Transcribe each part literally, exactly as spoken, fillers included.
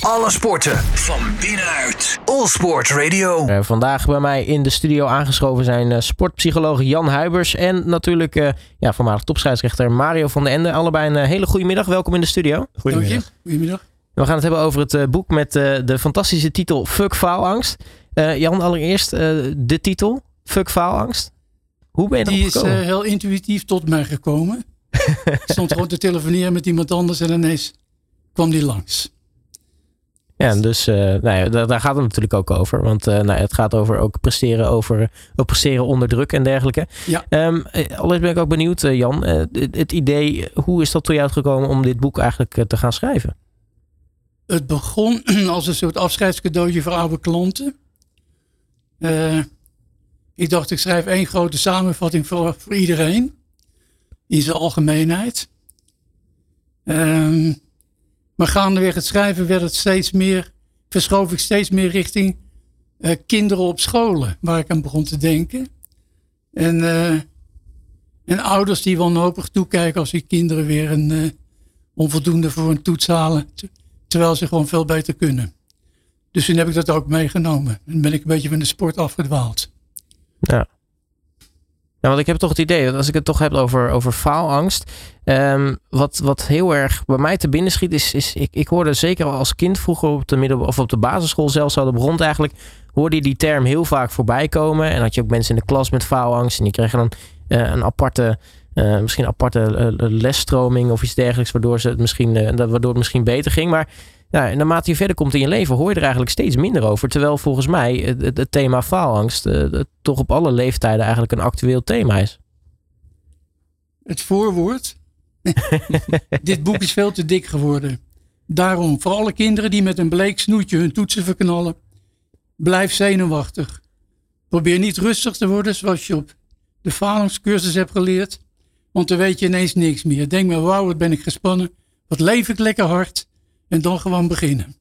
Alle sporten van binnenuit. All Sport Radio. Uh, vandaag bij mij in de studio aangeschoven zijn uh, sportpsycholoog Jan Huibers en natuurlijk uh, ja, voormalig topscheidsrechter Mario van den Ende. Allebei een uh, hele goede middag. Welkom in de studio. Goedemiddag. Goedemiddag. We gaan het hebben over het uh, boek met uh, de fantastische titel Fuck Faalangst. Uh, Jan, allereerst uh, de titel Fuck Faalangst. Hoe ben je erop Die is gekomen? uh, heel intuïtief tot mij gekomen. Ik stond gewoon te telefoneren met iemand anders en ineens kwam die langs. Ja, dus uh, nou ja, daar, daar gaat het natuurlijk ook over. Want uh, nou ja, het gaat over ook presteren, over ook presteren onder druk en dergelijke. Ja. Um, allereerst ben ik ook benieuwd, uh, Jan. Uh, het, het idee, hoe is dat tot jou gekomen om dit boek eigenlijk uh, te gaan schrijven? Het begon als een soort afscheidscadeautje voor oude klanten. Uh, ik dacht, ik schrijf één grote samenvatting voor, voor iedereen. In zijn algemeenheid. Um, maar gaandeweg het schrijven werd het steeds meer, verschoof ik steeds meer richting uh, kinderen op scholen. Waar ik aan begon te denken. En, uh, en ouders die wanhopig toekijken als die kinderen weer een uh, onvoldoende voor een toets halen. Terwijl ze gewoon veel beter kunnen. Dus toen heb ik dat ook meegenomen. En ben ik een beetje van de sport afgedwaald. Ja. Ja, want ik heb toch het idee, dat als ik het toch heb over, over faalangst. Um, wat, wat heel erg bij mij te binnen schiet is, is ik, ik hoorde zeker als kind vroeger op de middel, of op de basisschool zelfs al de bron eigenlijk, hoorde je die term heel vaak voorbij komen. En had je ook mensen in de klas met faalangst en die kregen dan uh, een aparte, uh, misschien een aparte uh, lesstroming of iets dergelijks, waardoor, ze het misschien, uh, waardoor het misschien beter ging. Maar nou, naarmate je verder komt in je leven hoor je er eigenlijk steeds minder over. Terwijl volgens mij het, het thema faalangst uh, het toch op alle leeftijden eigenlijk een actueel thema is. Het voorwoord. Dit boek is veel te dik geworden. Daarom, voor alle kinderen die met een bleek snoetje hun toetsen verknallen, blijf zenuwachtig. Probeer niet rustig te worden zoals je op de falangscursus hebt geleerd. Want dan weet je ineens niks meer. Denk maar, wauw, wat ben ik gespannen. Wat leef ik lekker hard. En dan gewoon beginnen.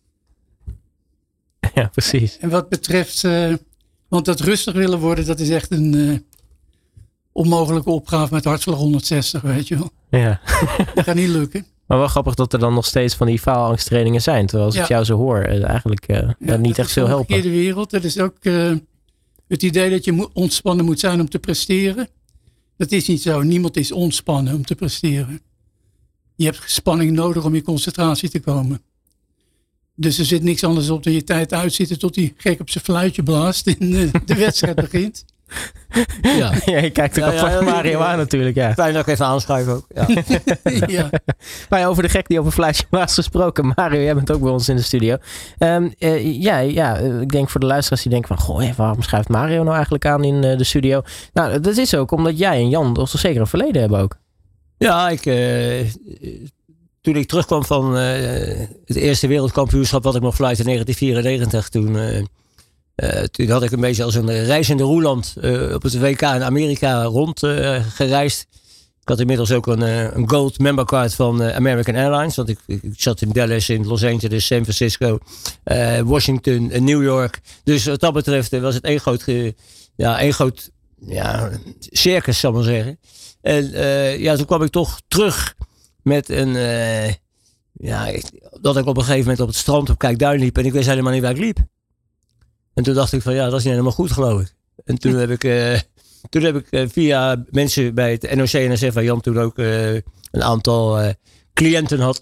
Ja, precies. En wat betreft, uh, want dat rustig willen worden, dat is echt een uh, onmogelijke opgave met hartslag honderdzestig, weet je wel. Ja. Dat gaat niet lukken. Maar wel grappig dat er dan nog steeds van die faalangsttrainingen zijn. Terwijl als ja. ik jou zo hoor, eigenlijk uh, ja, niet echt veel helpen. Dat is de wereld. Dat is ook uh, het idee dat je mo- ontspannen moet zijn om te presteren. Dat is niet zo. Niemand is ontspannen om te presteren. Je hebt spanning nodig om in concentratie te komen. Dus er zit niks anders op dan je tijd uitzitten tot die gek op zijn fluitje blaast en uh, de wedstrijd begint. Ja. Ja, je kijkt ook ja, op ja, Mario ja, ja. aan natuurlijk. Ja. Fijn dat ik even aanschuif ook. Ja. Ja. Maar over de gek die op een fluitje blaast gesproken. Mario, jij bent ook bij ons in de studio. Um, uh, ja, ja, ik denk voor de luisteraars die denken van, goh, hé, waarom schuift Mario nou eigenlijk aan in uh, de studio? Nou, dat is ook omdat jij en Jan toch zeker een verleden hebben ook. Ja, ik, uh, toen ik terugkwam van uh, het eerste wereldkampioenschap wat ik nog fluit in negentien vierennegentig. Toen, uh, uh, toen had ik een beetje als een reizende roeland uh, op het W K in Amerika rond uh, gereisd. Ik had inmiddels ook een, uh, een gold membercard van uh, American Airlines. Want ik, ik zat in Dallas, in Los Angeles, San Francisco, uh, Washington, uh, New York. Dus wat dat betreft uh, was het één groot, uh, ja, één groot ja, circus, zal ik maar zeggen. En uh, ja, toen kwam ik toch terug met een, uh, ja, dat ik op een gegeven moment op het strand op Kijkduin liep en ik wist helemaal niet waar ik liep. En toen dacht ik van ja, dat is niet helemaal goed geloof ik. En toen heb ik, uh, toen heb ik uh, via mensen bij het N O C N S F, waar Jan toen ook uh, een aantal uh, cliënten had,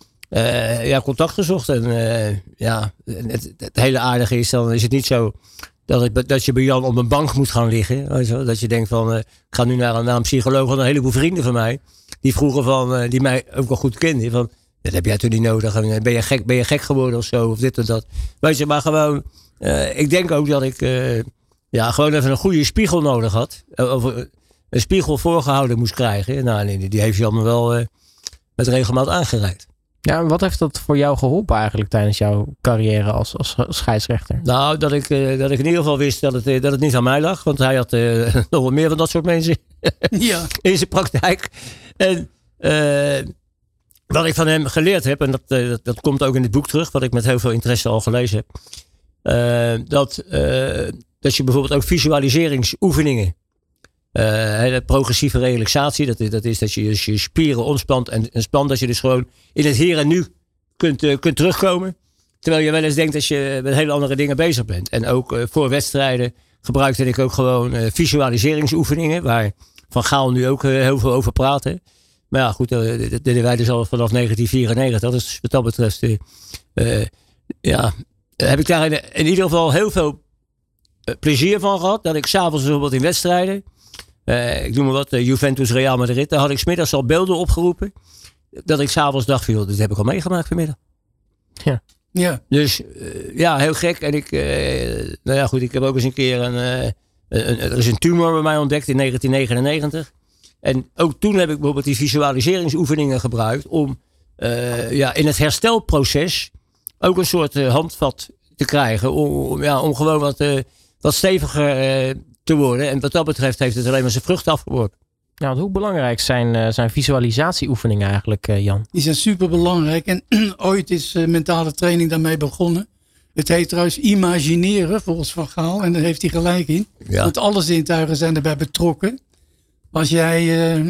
uh, ja, contact gezocht. En uh, ja, het, het hele aardige is, dan is het niet zo Dat, ik, dat je bij Jan op een bank moet gaan liggen. Weet je, dat je denkt van, uh, ik ga nu naar, naar een psycholoog. Van een heleboel vrienden van mij. Die vroegen van, uh, die mij ook wel goed kenden. Van, dat heb jij toen niet nodig. En, ben, je gek, ben je gek geworden of zo? Of dit en dat. Weet je, maar gewoon. Uh, ik denk ook dat ik uh, ja, gewoon even een goede spiegel nodig had. Of uh, een spiegel voorgehouden moest krijgen. Nou, nee, die heeft Jan me wel uh, met regelmaat aangereikt. Ja, en wat heeft dat voor jou geholpen eigenlijk tijdens jouw carrière als, als scheidsrechter? Nou, dat ik, uh, dat ik in ieder geval wist dat het, uh, dat het niet aan mij lag. Want hij had uh, nog wel meer van dat soort mensen Ja. in zijn praktijk. En uh, wat ik van hem geleerd heb, en dat, uh, dat, dat komt ook in het boek terug, wat ik met heel veel interesse al gelezen heb. Uh, dat, uh, dat je bijvoorbeeld ook visualiseringsoefeningen. Uh, progressieve relaxatie, dat, dat is dat je je spieren ontspant en, en spant, dat je dus gewoon in het hier en nu kunt, uh, kunt terugkomen. terwijl je wel eens denkt dat je met hele andere dingen bezig bent. En ook uh, voor wedstrijden gebruikte ik ook gewoon uh, visualiseringsoefeningen. Waar Van Gaal nu ook uh, heel veel over praten. Maar ja, goed, uh, dat deden wij dus al vanaf negentien vierennegentig. Dus wat dat betreft, uh, uh, ja, heb ik daar in, in ieder geval heel veel uh, plezier van gehad. Dat ik s'avonds bijvoorbeeld in wedstrijden, uh, ik noem maar wat, uh, Juventus Real Madrid, daar had ik 's middags al beelden opgeroepen. Dat ik s'avonds dacht, joh, dit heb ik al meegemaakt vanmiddag. Ja. Ja. Dus uh, ja, heel gek. En ik, uh, nou ja, goed, ik heb ook eens een keer een, uh, een, er is een tumor bij mij ontdekt in negentien negenennegentig. En ook toen heb ik bijvoorbeeld die visualiseringsoefeningen gebruikt om uh, ja, in het herstelproces ook een soort uh, handvat te krijgen. Om, ja, om gewoon wat, uh, wat steviger uh, te worden. En wat dat betreft heeft het alleen maar zijn vrucht afgeworpen. Nou, want hoe belangrijk zijn, uh, zijn visualisatieoefeningen eigenlijk, uh, Jan? Die zijn super belangrijk. En ooit is uh, mentale training daarmee begonnen. Het heet trouwens imagineren, volgens Van Gaal. En daar heeft hij gelijk in. Ja. Want alle zintuigen zijn erbij betrokken. Als jij, uh,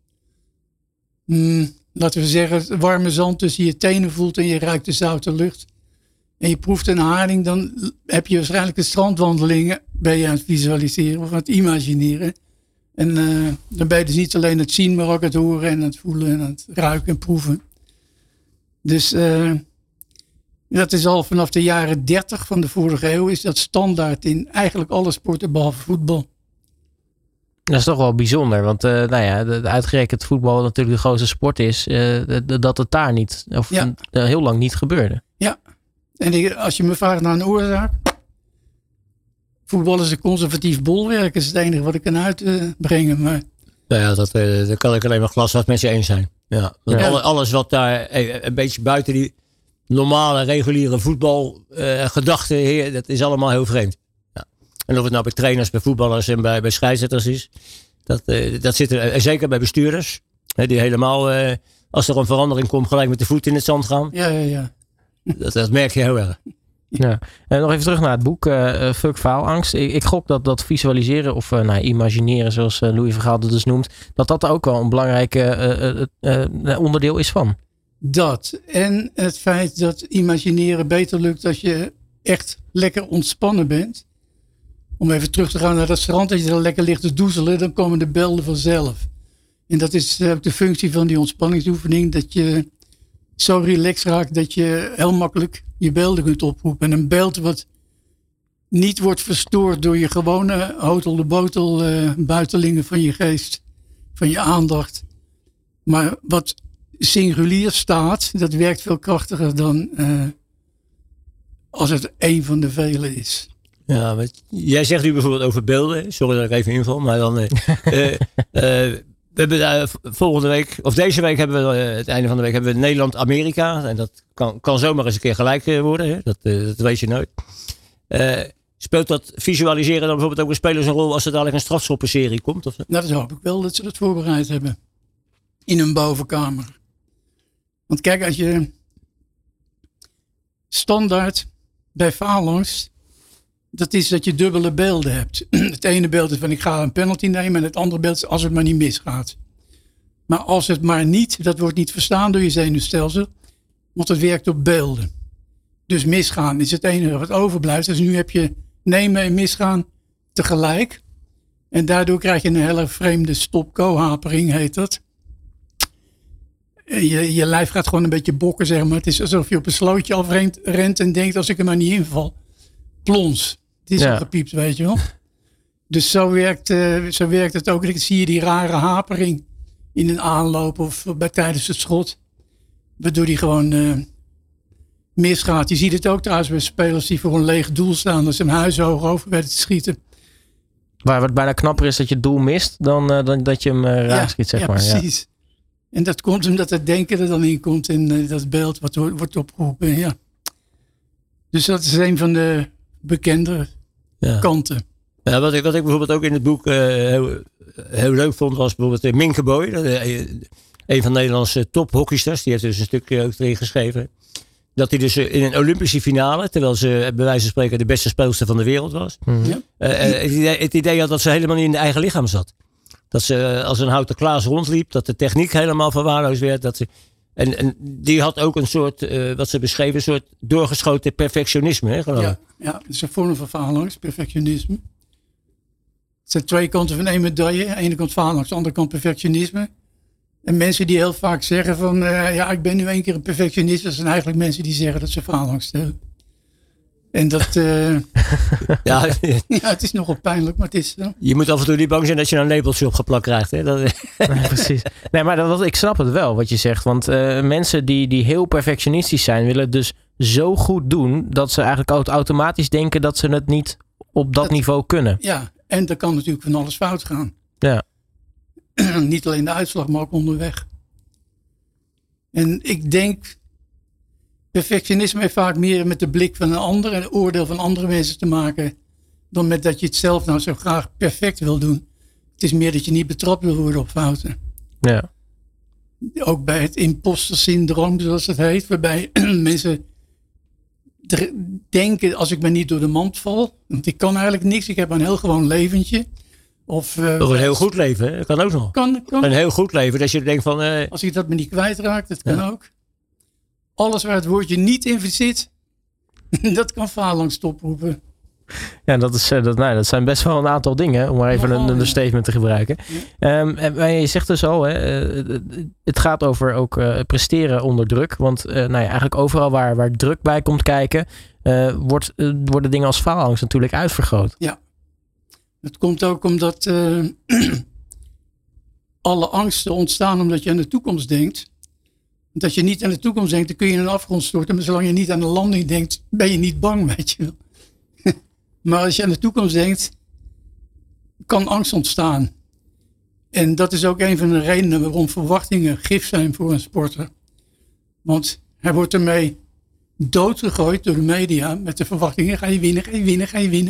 mm, laten we zeggen, het warme zand tussen je tenen voelt en je ruikt de zoute lucht. En je proeft een haring, dan heb je waarschijnlijk de strandwandelingen ben je aan het visualiseren of aan het imagineren. En uh, dan ben je dus niet alleen aan het zien, maar ook aan het horen en aan het voelen en aan het ruiken en proeven. Dus uh, dat is al vanaf de jaren dertig van de vorige eeuw is dat standaard in eigenlijk alle sporten behalve voetbal. Dat is toch wel bijzonder, want uh, nou ja, de, de uitgerekend voetbal natuurlijk de grootste sport is, uh, de, de, dat het daar niet, of Ja. uh, heel lang niet gebeurde. Ja, en ik, als je me vraagt naar een oorzaak, voetbal is een conservatief bolwerk, is het enige wat ik kan uitbrengen. Maar Nou ja, dat, uh, daar kan ik alleen maar glasvast met je eens zijn. Ja, want Ja. alle- alles wat daar eh, een beetje buiten die normale, reguliere voetbalgedachten, uh, dat is allemaal heel vreemd. Ja. En of het nou bij trainers, bij voetballers en bij, bij scheidsrechters is, dat, uh, dat zit er, en zeker bij bestuurders, hè, die helemaal, uh, als er een verandering komt, gelijk met de voet in het zand gaan. ja, ja, ja. Dat, dat merk je heel erg. Ja. En nog even terug naar het boek, uh, Fuck Faalangst. Ik, ik gok dat dat visualiseren of uh, nou, imagineren, zoals uh, Louis van Gaal dat dus noemt, dat dat ook wel een belangrijk uh, uh, uh, onderdeel is van. Dat. En het feit dat imagineren beter lukt als je echt lekker ontspannen bent. Om even terug te gaan naar dat strand, als je er lekker ligt te doezelen, dan komen de beelden vanzelf. En dat is ook de functie van die ontspanningsoefening, dat je zo relaxed raakt dat je heel makkelijk je beelden kunt oproepen. En een beeld wat niet wordt verstoord door je gewone hotel de botel uh, buitelingen van je geest, van je aandacht. Maar wat singulier staat, dat werkt veel krachtiger dan uh, als het één van de vele is. Ja, maar jij zegt nu bijvoorbeeld over beelden. Sorry dat ik even inval, maar dan. Uh, uh, uh, we hebben uh, volgende week, of deze week hebben we, uh, het einde van de week, hebben we Nederland-Amerika. En dat kan, kan zomaar eens een keer gelijk uh, worden. Hè? Dat, uh, dat weet je nooit. Uh, speelt dat visualiseren dan bijvoorbeeld ook een spelers een rol als er dadelijk een strafschoppenserie komt? Of? Nou, dat hoop ik wel dat ze dat voorbereid hebben. In een bovenkamer. Want kijk, als je standaard bij faalangst, dat is dat je dubbele beelden hebt. Het ene beeld is van ik ga een penalty nemen en het andere beeld is als het maar niet misgaat. Maar als het maar niet, dat wordt niet verstaan door je zenuwstelsel, want het werkt op beelden. Dus misgaan is het enige wat overblijft. Dus nu heb je nemen en misgaan tegelijk. En daardoor krijg je een hele vreemde stop-go-hapering, heet dat. Je, je lijf gaat gewoon een beetje bokken, zeg maar. Het is alsof je op een slootje afrent rent en denkt, als ik er maar niet inval. Plons. Het is Ja. al gepiept, weet je wel. Dus zo werkt, uh, zo werkt het ook. Dan zie je die rare hapering in een aanloop of bij tijdens het schot. Waardoor die gewoon uh, misgaat. Je ziet het ook trouwens bij spelers die voor een leeg doel staan. Als ze hem huishoog over werden te schieten. Waar het bijna knapper is dat je het doel mist dan, uh, dan dat je hem uh, raak schiet, zeg ja, maar. Ja. precies. En dat komt omdat het denken er dan in komt in uh, dat beeld wat wordt, wordt opgeroepen. Ja. Dus dat is een van de bekende Ja. kanten. Ja, wat, ik, wat ik bijvoorbeeld ook in het boek uh, heel, heel leuk vond, was bijvoorbeeld uh, Minke Boy. Uh, een van de Nederlandse tophockeysters. Die heeft dus een stukje ook erin geschreven. Dat hij dus uh, in een Olympische finale, terwijl ze bij wijze van spreken de beste speelster van de wereld was. Mhm. Ja. Uh, uh, het, idee, het idee had dat ze helemaal niet in de eigen lichaam zat. Dat ze uh, als een houten klaas rondliep. Dat de techniek helemaal verwaarloosd werd. Dat ze En, en die had ook een soort, uh, wat ze beschreven, een soort doorgeschoten perfectionisme. Hè, geloof ik. Ja, ja, het is een vorm van faalangst, perfectionisme. Het zijn twee kanten van één medaille. Aan de ene kant faalangst, aan de andere kant perfectionisme. En mensen die heel vaak zeggen van, uh, ja, ik ben nu één keer een perfectionist. Dat zijn eigenlijk mensen die zeggen dat ze faalangst hebben. En dat, uh, ja, ja, het is nogal pijnlijk, maar het is zo. Je moet af en toe niet bang zijn dat je een lepeltje opgeplakt krijgt. Hè? Dat... Nee, precies. Nee, maar dat, ik snap het wel wat je zegt. Want uh, mensen die, die heel perfectionistisch zijn, willen het dus zo goed doen dat ze eigenlijk automatisch denken dat ze het niet op dat, dat niveau kunnen. Ja, en er kan natuurlijk van alles fout gaan. Ja. Niet alleen de uitslag, maar ook onderweg. En ik denk, perfectionisme heeft vaak meer met de blik van een ander en het oordeel van andere mensen te maken, dan met dat je het zelf nou zo graag perfect wil doen. Het is meer dat je niet betrapt wil worden op fouten. Ja. Ook bij het imposter syndroom, zoals het heet, waarbij mensen denken, als ik me niet door de mand val, want ik kan eigenlijk niks, ik heb een heel gewoon leventje. Of, uh, of een heel goed leven, hè? Dat kan ook nog. Kan, kan. Een heel goed leven, dat je denkt van... Uh... Als ik dat me niet kwijtraakt, dat kan ja. ook. Alles waar het woordje niet in zit, dat kan faalangst oproepen. Ja, dat, is, dat, nou, dat zijn best wel een aantal dingen, om maar even oh, een understatement ja. te gebruiken. Ja. Um, en je zegt dus al, hè, het gaat over ook uh, presteren onder druk. Want uh, nou ja, eigenlijk overal waar, waar druk bij komt kijken, uh, wordt, uh, worden dingen als faalangst natuurlijk uitvergroot. Ja. Het komt ook omdat uh, alle angsten ontstaan omdat je aan de toekomst denkt. Want als je niet aan de toekomst denkt, dan kun je in een afgrond storten. Maar zolang je niet aan de landing denkt, ben je niet bang, weet je wel. Maar als je aan de toekomst denkt, kan angst ontstaan. En dat is ook een van de redenen waarom verwachtingen gif zijn voor een sporter. Want hij wordt ermee doodgegooid door de media met de verwachtingen. Ga je winnen, ga je winnen, ga je winnen.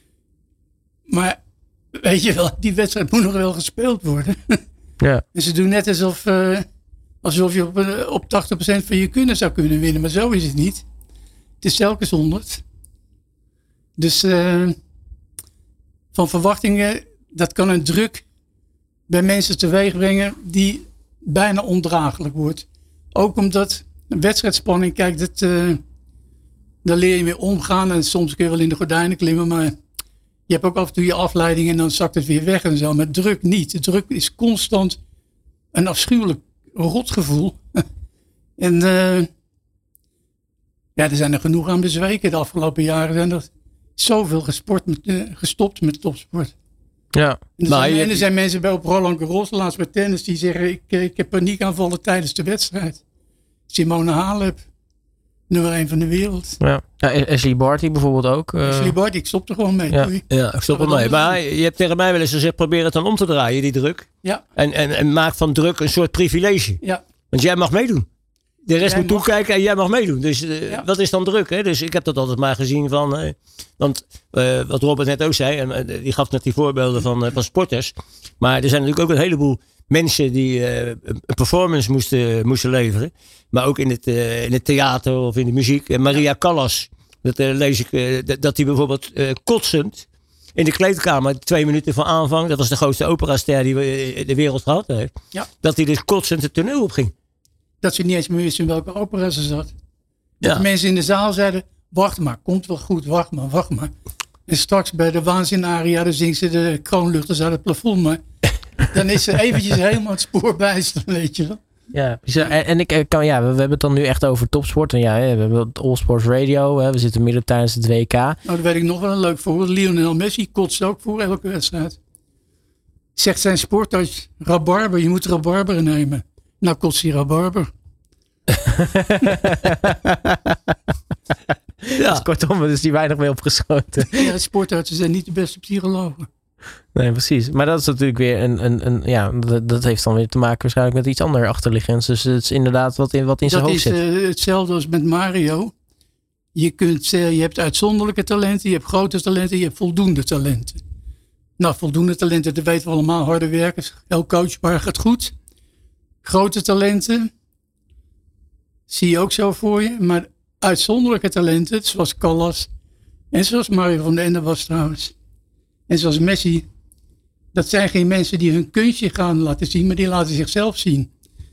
Maar weet je wel, die wedstrijd moet nog wel gespeeld worden. Ja. En ze doen net alsof, uh, alsof je op, uh, op tachtig procent van je kunnen zou kunnen winnen. Maar zo is het niet. Het is telkens honderd. Dus uh, van verwachtingen, dat kan een druk bij mensen teweeg brengen die bijna ondraaglijk wordt. Ook omdat een wedstrijdspanning, kijk, dat, uh, daar leer je mee omgaan. En soms kun je wel in de gordijnen klimmen, maar je hebt ook af en toe je afleiding en dan zakt het weer weg en zo. Maar druk niet. De druk is constant een afschuwelijk rotgevoel. En uh, ja, er zijn er genoeg aan bezweken. De afgelopen jaren zijn er zoveel gesport met, uh, gestopt met topsport. Ja. En er, maar zijn, je... en er zijn mensen bij op Roland Garros, laatst bij tennis, die zeggen ik, ik heb paniekaanvallen tijdens de wedstrijd. Simone Halep, nummer één van de wereld. Ja. Ja, Ashley Barty bijvoorbeeld ook. Uh... Ashley Barty, ik stop er gewoon mee. Ja, ja ik stop er mee. Maar je hebt tegen mij wel eens gezegd, probeer het dan om te draaien, die druk. Ja. En, en, en maak van druk een soort privilege. Ja. Want jij mag meedoen. De rest jij moet mag... toekijken en jij mag meedoen. Dus uh, ja. wat is dan druk? Hè? Dus ik heb dat altijd maar gezien van... Uh, want uh, wat Robert net ook zei, en uh, die gaf net die voorbeelden van, uh, van sporters. Maar er zijn natuurlijk ook een heleboel mensen die uh, een performance moesten, moesten leveren. Maar ook in het, uh, in het theater of in de muziek. En Maria Callas, dat uh, lees ik, uh, dat, dat die bijvoorbeeld uh, kotsend in de kleedkamer, twee minuten van aanvang, dat was de grootste operaster die we de wereld gehad heeft. Ja. Dat hij dus kotsend het toneel opging. Dat ze niet eens meer wisten in welke opera ze zat. Dat ja. de mensen in de zaal zeiden, wacht maar, komt wel goed, wacht maar, wacht maar. En straks bij de waanzinaria, dan zingt ze de kroonluchters uit het plafond. Maar dan is ze eventjes helemaal het spoor bijster, weet je wel. Ja, en, en ik kan, ja, we, we hebben het dan nu echt over topsport. En ja, we hebben het All Sports Radio. Hè, we zitten midden tijdens het W K. Nou, dat weet ik nog wel een leuk voorbeeld. Lionel Messi kotst ook voor elke wedstrijd. Zegt zijn sportarts, rabarber, je moet rabarber nemen. Nou kotst hij rabarber. Ja. Dus kortom, er is die weinig mee opgeschoten. Ja, sportartsen zijn niet de beste psychologen. Nee, precies. Maar dat is natuurlijk weer een, een, een ja, dat, dat heeft dan weer te maken waarschijnlijk met iets anders achterliggends. Dus het is inderdaad wat in, wat in zijn hoofd zit. Dat is uh, hetzelfde als met Mario. Je, kunt, uh, je hebt uitzonderlijke talenten, je hebt grote talenten, je hebt voldoende talenten. Nou, voldoende talenten, dat weten we allemaal. Harde werkers, heel coachbaar, gaat goed. Grote talenten zie je ook zo voor je. Maar uitzonderlijke talenten, zoals Callas en zoals Mario van den Ende was trouwens. En zoals Messi. Dat zijn geen mensen die hun kunstje gaan laten zien, maar die laten zichzelf zien.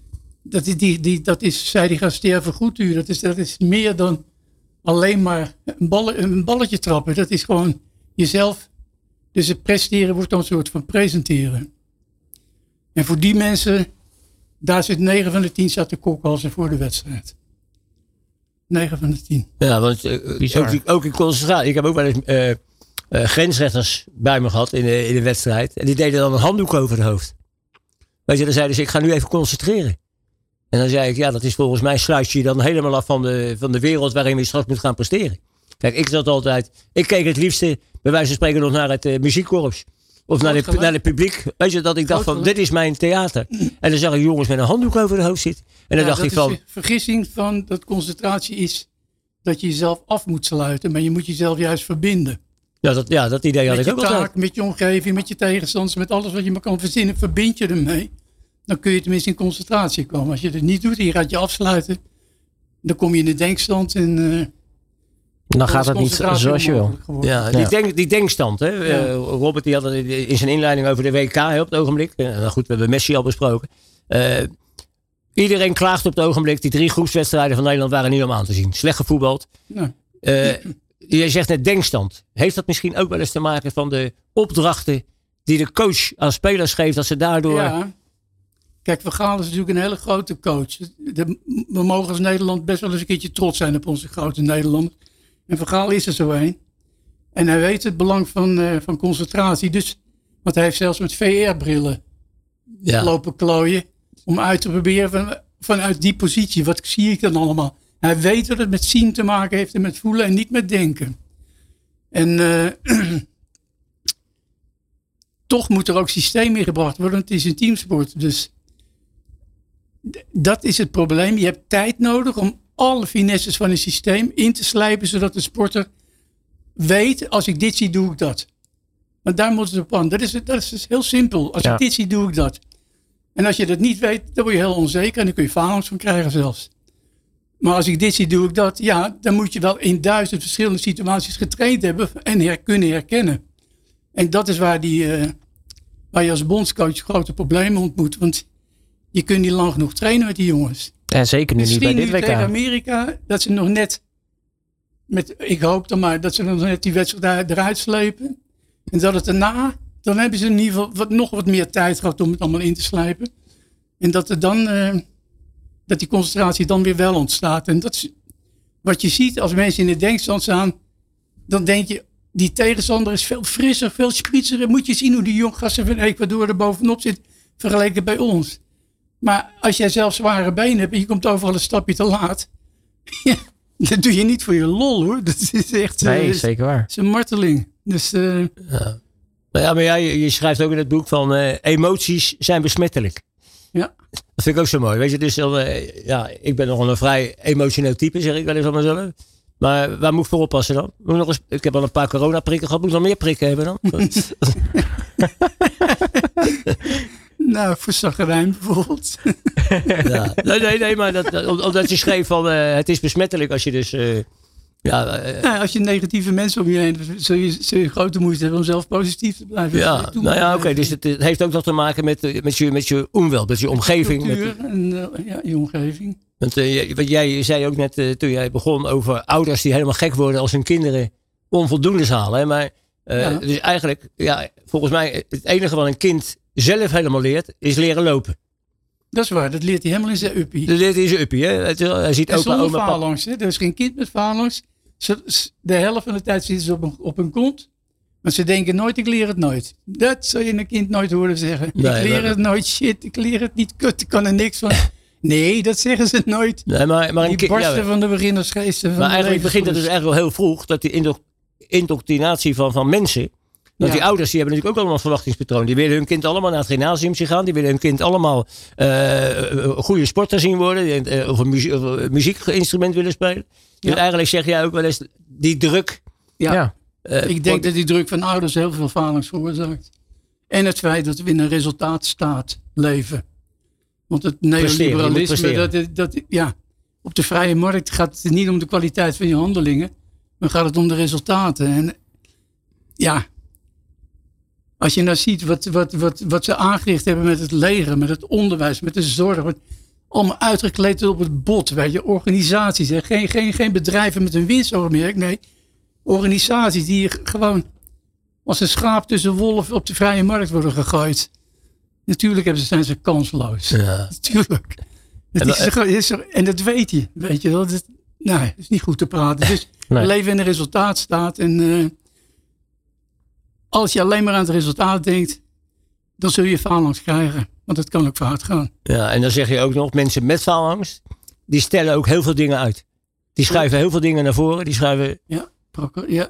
dat, is, die, die, dat is, zij die gaan sterven goed u. Dat is, dat is meer dan alleen maar een, ball, een balletje trappen. Dat is gewoon jezelf. Dus het presteren wordt dan een soort van presenteren. En voor die mensen, daar zit negen van de tien staat de kokhalzen voor de wedstrijd. negen van de tien. Ja, want uh, ook, ook in concentratie. Ik heb ook wel eens uh, uh, grensrechters bij me gehad in de, in de wedstrijd. En die deden dan een handdoek over het hoofd. Weet je, dan zeiden ze, ik ga nu even concentreren. En dan zei ik, ja, dat is volgens mij sluit je dan helemaal af van de, van de wereld waarin je straks moet gaan presteren. Kijk, ik zat altijd, ik keek het liefste, bij wijze van spreken, nog naar het uh, muziekkorps. Of naar, de, naar het publiek. Weet je, dat ik dacht van, dit is mijn theater. En dan zag ik jongens met een handdoek over het hoofd zitten. En dan ja, dacht ik van... De vergissing van dat concentratie is dat je jezelf af moet sluiten. Maar je moet jezelf juist verbinden. Ja, dat, ja, dat idee had met ik ook je taak, altijd. met je omgeving, met je tegenstanders, met alles wat je maar kan verzinnen, verbind je ermee. Dan kun je tenminste in concentratie komen. Als je het niet doet, je gaat je afsluiten. Dan kom je in de denkstand en... Uh, dan gaat het niet zoals je wil. Ja, die, ja. Denk, die denkstand. Hè? Ja. Uh, Robert die had het in zijn inleiding over de W K hè, op het ogenblik. Uh, nou goed, we hebben Messi al besproken. Uh, iedereen klaagt op het ogenblik. Die drie groepswedstrijden van Nederland waren niet om aan te zien. Slecht gevoetbald. Ja. Uh, jij zegt net denkstand. Heeft dat misschien ook wel eens te maken van de opdrachten die de coach aan spelers geeft, dat ze daardoor... Ja. Kijk, Van Gaal is natuurlijk een hele grote coach. De, we mogen als Nederland best wel eens een keertje trots zijn op onze grote Nederland. En Van Gaal is er zo een. En hij weet het belang van, uh, van concentratie. Dus, want hij heeft zelfs met V R-brillen ja. lopen klooien. Om uit te proberen van, vanuit die positie. Wat zie ik dan allemaal? Hij weet dat het met zien te maken heeft en met voelen en niet met denken. En uh, toch moet er ook systeem in gebracht worden. Want het is een teamsport. Dus d- dat is het probleem. Je hebt tijd nodig om alle finesses van een systeem in te slijpen. Zodat de sporter weet, als ik dit zie, doe ik dat. Want daar moet het op aan. Dat is, dat is dus heel simpel. Als ja. ik dit zie, doe ik dat. En als je dat niet weet, dan word je heel onzeker. En dan kun je faalangst van krijgen zelfs. Maar als ik dit zie, doe ik dat. Ja, dan moet je wel in duizend verschillende situaties getraind hebben. En her, kunnen herkennen. En dat is waar, die, uh, waar je als bondscoach grote problemen ontmoet. Want je kunt niet lang genoeg trainen met die jongens. En zeker nu niet bij dit W K. Misschien tegen Amerika, dat ze nog net, met, ik hoop dan maar, dat ze nog net die wedstrijd eruit slepen. En dat het daarna, dan hebben ze in ieder geval wat, nog wat meer tijd gehad om het allemaal in te slijpen. En dat er dan, uh, dat die concentratie dan weer wel ontstaat. En dat is wat je ziet als mensen in de denkstand staan, dan denk je, die tegenstander is veel frisser, veel spritser. Moet je zien hoe die jonggasten van Ecuador er bovenop zit, vergeleken bij ons. Maar als jij zelf zware benen hebt en je komt overal een stapje te laat. Ja, dat doe je niet voor je lol hoor. Dat is echt nee, uh, zeker waar. Het is een marteling. Dus, uh, ja. Nou ja, maar ja, je, je schrijft ook in het boek van uh, emoties zijn besmettelijk. Ja. Dat vind ik ook zo mooi. Weet je, dus dan, uh, ja, ik ben nogal een vrij emotioneel type, zeg ik wel eens van mezelf. Maar waar moet ik voor oppassen dan? Moet ik, nog eens, ik heb al een paar coronaprikken gehad. Moet ik nog meer prikken hebben dan? Nou, voor zagrijn bijvoorbeeld. Ja. Nee, nee, nee, maar dat, omdat je schreef van uh, het is besmettelijk als je dus... Uh, ja, uh, ja, als je negatieve mensen om je heen hebt, zul je, zul je grote moeite hebben om zelf positief te blijven. Ja, nou ja, oké. Okay, dus het, het heeft ook nog te maken met, met je, met je omwel, met je omgeving. Cultuur met, en uh, ja, je omgeving. Want uh, wat jij zei ook net uh, toen jij begon over ouders die helemaal gek worden als hun kinderen onvoldoendes halen. Hè? Maar uh, ja. Dus eigenlijk, ja, volgens mij, het enige wat een kind zelf helemaal leert, is leren lopen. Dat is waar, dat leert hij helemaal in zijn uppie. Dat leert hij in zijn uppie, hè. Hij ziet en opa, zonder oma, phalanx, hè. Er is geen kind met phalanx. De helft van de tijd zitten ze op een, op een kont. Maar ze denken nooit, ik leer het nooit. Dat zou je een kind nooit horen zeggen. Nee, ik leer nee, het nooit, shit, ik leer het niet, kut, ik kan er niks van. Nee, dat zeggen ze nooit. Nee, maar, maar die kind, barsten ja, van de beginnersgeesten. Van maar eigenlijk begint het dus eigenlijk wel heel vroeg, dat die indo- indoctrinatie van, van mensen... Want ja. die ouders die hebben natuurlijk ook allemaal een verwachtingspatroon. Die willen hun kind allemaal naar het gymnasium zien gaan. Die willen hun kind allemaal uh, goede sporter zien worden. Uh, of een muzie- of muziekinstrument willen spelen. Dus ja. eigenlijk zeg jij ook wel eens die druk. Ja, ja. Uh, ik denk want, dat die druk van ouders heel veel phalanx veroorzaakt. En het feit dat we in een resultaatstaat leven. Want het neoliberalisme, dat, dat, dat, ja, op de vrije markt gaat het niet om de kwaliteit van je handelingen. Maar gaat het om de resultaten. En ja... Als je nou ziet wat, wat, wat, wat ze aangericht hebben met het leger, met het onderwijs, met de zorg. Met allemaal uitgekleed op het bot. Weet je, organisaties. Hè? Geen, geen, geen bedrijven met een winstoogmerk. Nee, organisaties die gewoon als een schaap tussen wolven op de vrije markt worden gegooid. Natuurlijk hebben ze, zijn ze kansloos. Ja. Natuurlijk. En dat, is, is er, en dat weet je. Weet je wel. Dat, nou, dat is niet goed te praten. Dus nee. We leven in een resultaatstaat. En uh, als je alleen maar aan het resultaat denkt, dan zul je faalangst krijgen. Want het kan ook fout gaan. Ja, en dan zeg je ook nog, mensen met faalangst, die stellen ook heel veel dingen uit. Die schuiven heel veel dingen naar voren. Die schuiven... Ja, ja.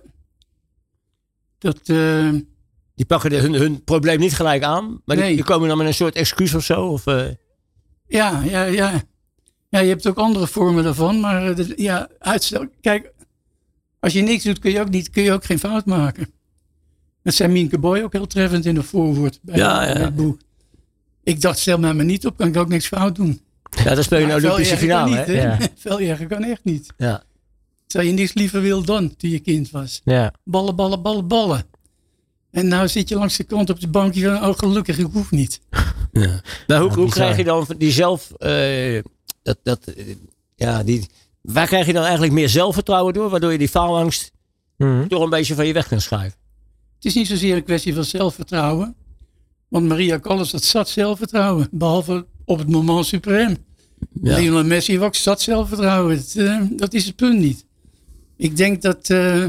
Dat... Uh, die pakken de, hun, hun probleem niet gelijk aan. Maar nee. die, die komen dan met een soort excuus of zo. Of, uh... Ja, ja, ja. Ja, je hebt ook andere vormen daarvan. Maar uh, ja, uitstel. Kijk, als je niks doet, kun je ook, niet, kun je ook geen fout maken. Dat zei Mienke Boy ook heel treffend in de voorwoord bij ja, ja. het boek. Ik dacht, stel mij maar niet op, kan ik ook niks fout doen. Ja, dan speel je een Olympische finale. Niet, hè? Ja. Veel erger kan echt niet. Ja. Zou je niks liever wil dan, toen je kind was. Ja. Ballen, ballen, ballen, ballen. En nou zit je langs de kant op de bankje van, oh gelukkig, ik hoef niet. Ja. Nou, hoe, ja, hoe krijg je dan die zelf, uh, dat, dat, uh, ja, die, waar krijg je dan eigenlijk meer zelfvertrouwen door, waardoor je die faalangst mm-hmm. toch een beetje van je weg kan schuiven? Het is niet zozeer een kwestie van zelfvertrouwen. Want Maria Callas had zat zelfvertrouwen. Behalve op het moment suprême. Ja. Lionel Messi heeft ook zat zelfvertrouwen. Het, uh, dat is het punt niet. Ik denk dat... Uh,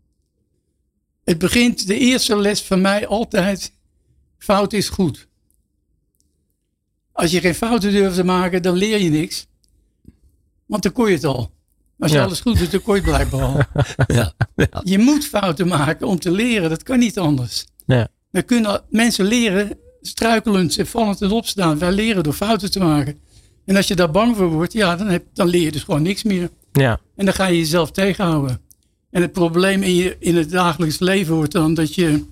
het begint, de eerste les van mij altijd... Fout is goed. Als je geen fouten durft te maken, dan leer je niks. Want dan kon je het al. Als je ja. alles goed doet, dan kon je het blijkbaar al. Ja. Ja. Je moet fouten maken om te leren. Dat kan niet anders. Ja. We kunnen mensen leren, struikelend en vallend en opstaan. Wij leren door fouten te maken. En als je daar bang voor wordt, ja, dan, heb, dan leer je dus gewoon niks meer. Ja. En dan ga je jezelf tegenhouden. En het probleem in, je, in het dagelijks leven wordt dan dat je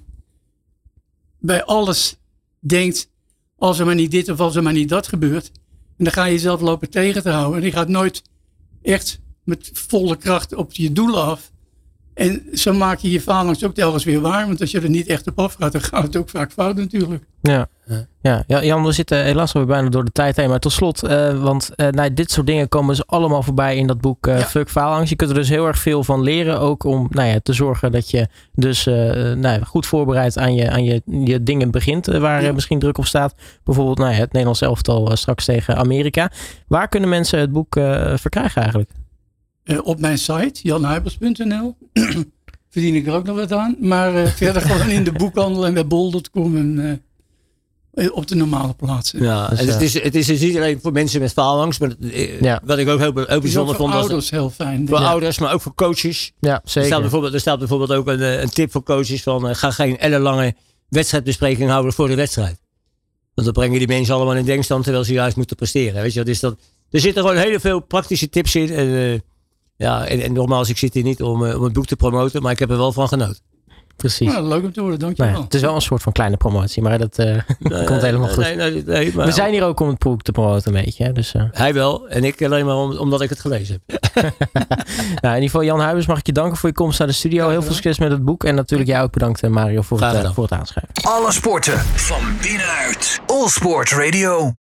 bij alles denkt, als er maar niet dit of als er maar niet dat gebeurt. En dan ga je jezelf lopen tegen te houden. En je gaat nooit echt met volle kracht op je doelen af. En zo maak je je faalangst ook telkens weer waar. Want als je er niet echt op afgaat, dan gaat het ook vaak fout natuurlijk. Ja, ja. ja Jan, we zitten helaas alweer bijna door de tijd heen. Maar tot slot, uh, want uh, nou, dit soort dingen komen ze allemaal voorbij in dat boek uh, ja. Fuck Faalangst. Je kunt er dus heel erg veel van leren. Ook om nou ja, te zorgen dat je dus uh, nou ja, goed voorbereid aan je, aan je, je dingen begint. Uh, waar ja. uh, misschien druk op staat. Bijvoorbeeld nou ja, het Nederlands elftal uh, straks tegen Amerika. Waar kunnen mensen het boek uh, verkrijgen eigenlijk? Uh, op mijn site, jan huybers punt n l. Verdien ik er ook nog wat aan. Maar uh, verder gewoon in de boekhandel en bij bol punt com en uh, op de normale plaatsen. Ja, dus, en het, is, het is dus niet alleen voor mensen met faalangst. Maar uh, ja. Wat ik ook heel, heel bijzonder vond. Voor ouders heel fijn. Voor ja. ouders, maar ook voor coaches. Ja, zeker. Er staat bijvoorbeeld, er staat bijvoorbeeld ook een, een tip voor coaches van uh, ga geen ellenlange wedstrijdbespreking houden voor de wedstrijd. Want dan brengen die mensen allemaal in denkstand terwijl ze juist moeten presteren. Weet je, dus dat, er zitten gewoon heel veel praktische tips in. En, uh, Ja, en, en nogmaals, ik zit hier niet om, uh, om het boek te promoten, maar ik heb er wel van genoten. Precies. Nou, leuk om te horen, dankjewel. Nou ja, het is wel een soort van kleine promotie, maar dat uh, nee, komt helemaal goed. Nee, nee, nee, maar, we zijn hier ook om het boek te promoten een beetje. Hè, dus, uh. Hij wel, en ik alleen maar om, omdat ik het gelezen heb. Nou, in ieder geval, Jan Huybers, mag ik je danken voor je komst naar de studio. Heel veel succes met het boek. En natuurlijk jij ook bedankt, Mario, voor het, uh, voor het aanschrijven. Alle sporten van binnenuit. All Sport Radio.